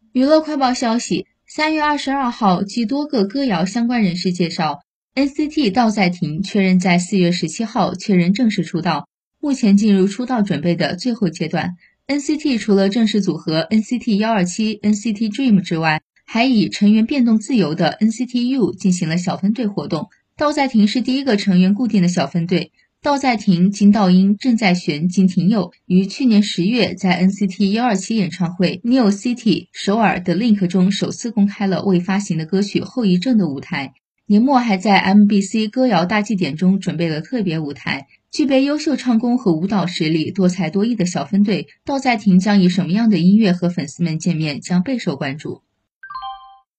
娱乐快报消息，3月22号，据多个歌谣相关人士介绍，NCT 道在廷确认在4月17号确认正式出道，目前进入出道准备的最后阶段。NCT 除了正式组合 NCT127、NCT Dream 之外，还以成员变动自由的 NCT U 进行了小分队活动。道在廷是第一个成员固定的小分队。道在廷、金道英、郑在璇、金廷佑于去年10月在 NCT127 演唱会 Neo City 首尔 The Link 中首次公开了未发行的歌曲《后遗症》的舞台。年末还在 MBC 歌谣大祭典中准备了特别舞台。具备优秀唱功和舞蹈实力、多才多艺的小分队，道在廷将以什么样的音乐和粉丝们见面，将备受关注。